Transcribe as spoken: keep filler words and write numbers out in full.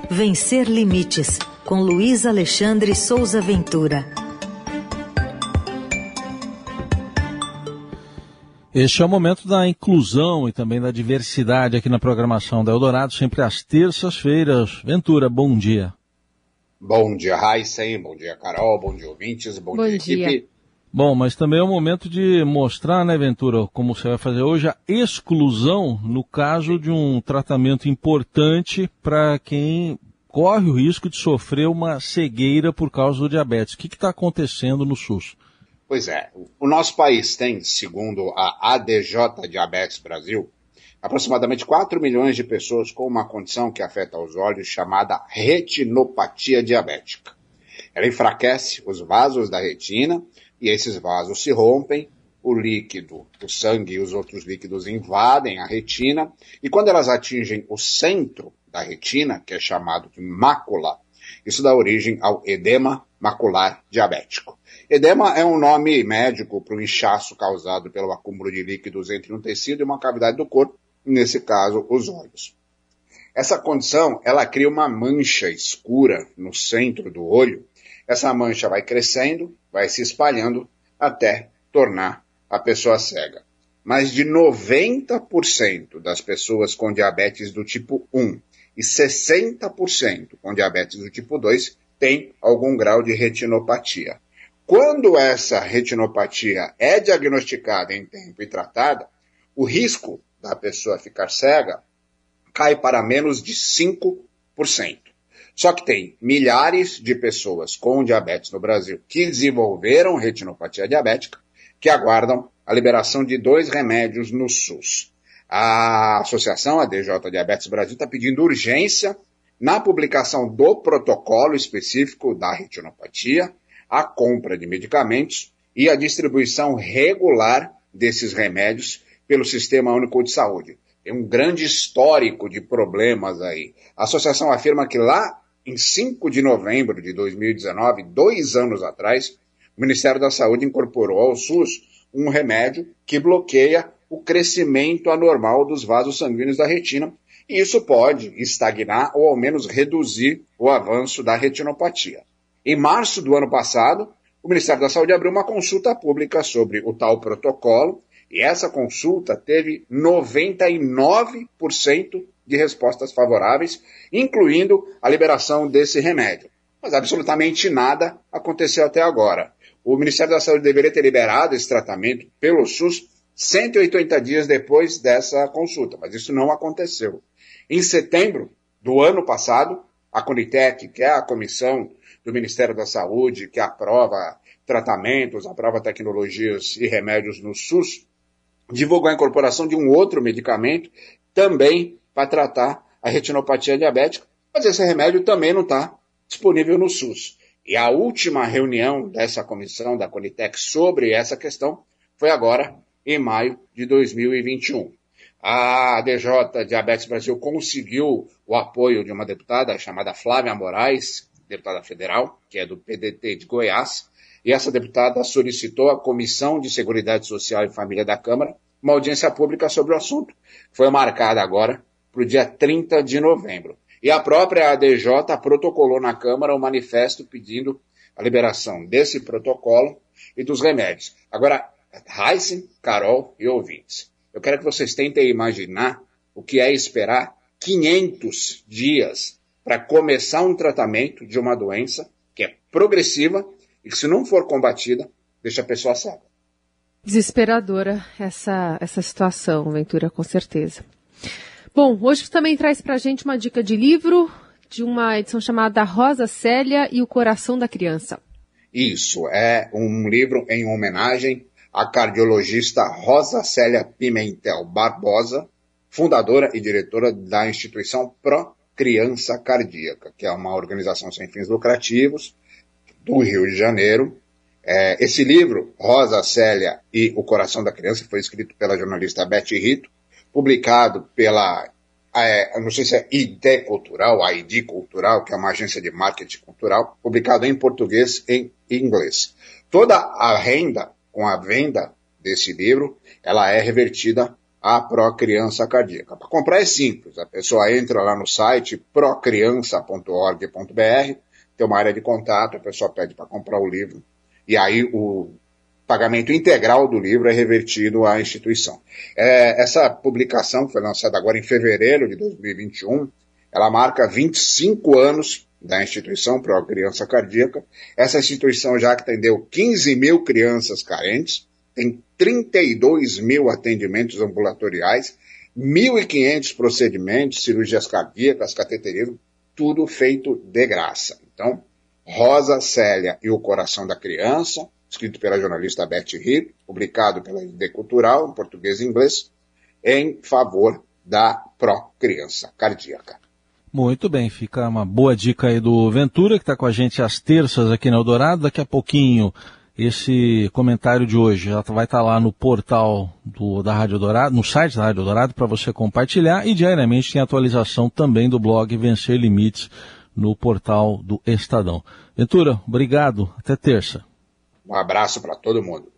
Vencer Limites, com Luiz Alexandre Souza Ventura. Este é o momento da inclusão e também da diversidade aqui na programação da Eldorado, sempre às terças-feiras. Ventura, bom dia. Bom dia, Heisen, bom dia, Carol, bom dia, ouvintes, bom, bom dia, dia, equipe. Bom, mas também é o momento de mostrar, né, Ventura, como você vai fazer hoje, a exclusão no caso de um tratamento importante para quem corre o risco de sofrer uma cegueira por causa do diabetes. O que está acontecendo no SUS? Pois é, o nosso país tem, segundo a A D J Diabetes Brasil, aproximadamente quatro milhões de pessoas com uma condição que afeta os olhos chamada retinopatia diabética. Ela enfraquece os vasos da retina e esses vasos se rompem, o líquido, o sangue e os outros líquidos invadem a retina e quando elas atingem o centro da retina, que é chamado de mácula, isso dá origem ao edema macular diabético. Edema é um nome médico para o inchaço causado pelo acúmulo de líquidos entre um tecido e uma cavidade do corpo, nesse caso, os olhos. Essa condição, ela cria uma mancha escura no centro do olho. Essa mancha vai crescendo, vai se espalhando até tornar a pessoa cega. Mais de noventa por cento das pessoas com diabetes do tipo um e sessenta por cento com diabetes do tipo dois têm algum grau de retinopatia. Quando essa retinopatia é diagnosticada em tempo e tratada, o risco da pessoa ficar cega cai para menos de cinco por cento. Só que tem milhares de pessoas com diabetes no Brasil que desenvolveram retinopatia diabética que aguardam a liberação de dois remédios no SUS. A Associação A D J Diabetes Brasil está pedindo urgência na publicação do protocolo específico da retinopatia, a compra de medicamentos e a distribuição regular desses remédios pelo Sistema Único de Saúde. Tem um grande histórico de problemas aí. A associação afirma que lá em cinco de novembro de dois mil e dezenove, dois anos atrás, o Ministério da Saúde incorporou ao SUS um remédio que bloqueia o crescimento anormal dos vasos sanguíneos da retina e isso pode estagnar ou ao menos reduzir o avanço da retinopatia. Em março do ano passado, o Ministério da Saúde abriu uma consulta pública sobre o tal protocolo e essa consulta teve noventa e nove por cento de respostas favoráveis, incluindo a liberação desse remédio. Mas absolutamente nada aconteceu até agora. O Ministério da Saúde deveria ter liberado esse tratamento pelo SUS cento e oitenta dias depois dessa consulta, mas isso não aconteceu. Em setembro do ano passado, a Conitec, que é a comissão do Ministério da Saúde, que aprova tratamentos, aprova tecnologias e remédios no SUS, divulgou a incorporação de um outro medicamento também para tratar a retinopatia diabética, mas esse remédio também não está disponível no SUS. E a última reunião dessa comissão da Conitec sobre essa questão foi agora, em maio de dois mil e vinte e um. A A D J Diabetes Brasil conseguiu o apoio de uma deputada chamada Flávia Moraes, deputada federal, que é do P D T de Goiás, e essa deputada solicitou à Comissão de Seguridade Social e Família da Câmara uma audiência pública sobre o assunto. Foi marcada agora para o dia trinta de novembro. E a própria A D J protocolou na Câmara um manifesto pedindo a liberação desse protocolo e dos remédios. Agora, Heisen, Carol e ouvintes, eu quero que vocês tentem imaginar o que é esperar quinhentos dias para começar um tratamento de uma doença que é progressiva e que, se não for combatida, deixa a pessoa cega. Desesperadora essa, essa situação, Ventura, com certeza. Bom, hoje também traz para a gente uma dica de livro, de uma edição chamada Rosa Célia e o Coração da Criança. Isso, é um livro em homenagem à cardiologista Rosa Célia Pimentel Barbosa, fundadora e diretora da instituição Pro Criança Cardíaca, que é uma organização sem fins lucrativos do Rio de Janeiro. É, esse livro, Rosa Célia e o Coração da Criança, foi escrito pela jornalista Beth Rito, publicado pela, é, não sei se é I D Cultural, a I D Cultural, que é uma agência de marketing cultural, publicado em português e em inglês. Toda a renda com a venda desse livro, ela é revertida a Procriança Cardíaca. Para comprar é simples, a pessoa entra lá no site procriança ponto org ponto br, tem uma área de contato, a pessoa pede para comprar o livro, e aí o pagamento integral do livro é revertido à instituição. É, essa publicação foi lançada agora em fevereiro de dois mil e vinte e um, ela marca vinte e cinco anos da instituição Procriança Cardíaca. Essa instituição já atendeu quinze mil crianças carentes, tem trinta e dois mil atendimentos ambulatoriais, mil e quinhentos procedimentos, cirurgias cardíacas, cateterismo, tudo feito de graça. Então, Rosa Célia e o Coração da Criança, escrito pela jornalista Beth Heath, publicado pela I D Cultural, em português e inglês, em favor da Procriança Cardíaca. Muito bem, fica uma boa dica aí do Ventura, que está com a gente às terças aqui na Eldorado. Daqui a pouquinho, esse comentário de hoje já vai estar lá no portal do, da Rádio Eldorado, no site da Rádio Eldorado, para você compartilhar. E diariamente tem atualização também do blog Vencer Limites no portal do Estadão. Ventura, obrigado. Até terça. Um abraço para todo mundo.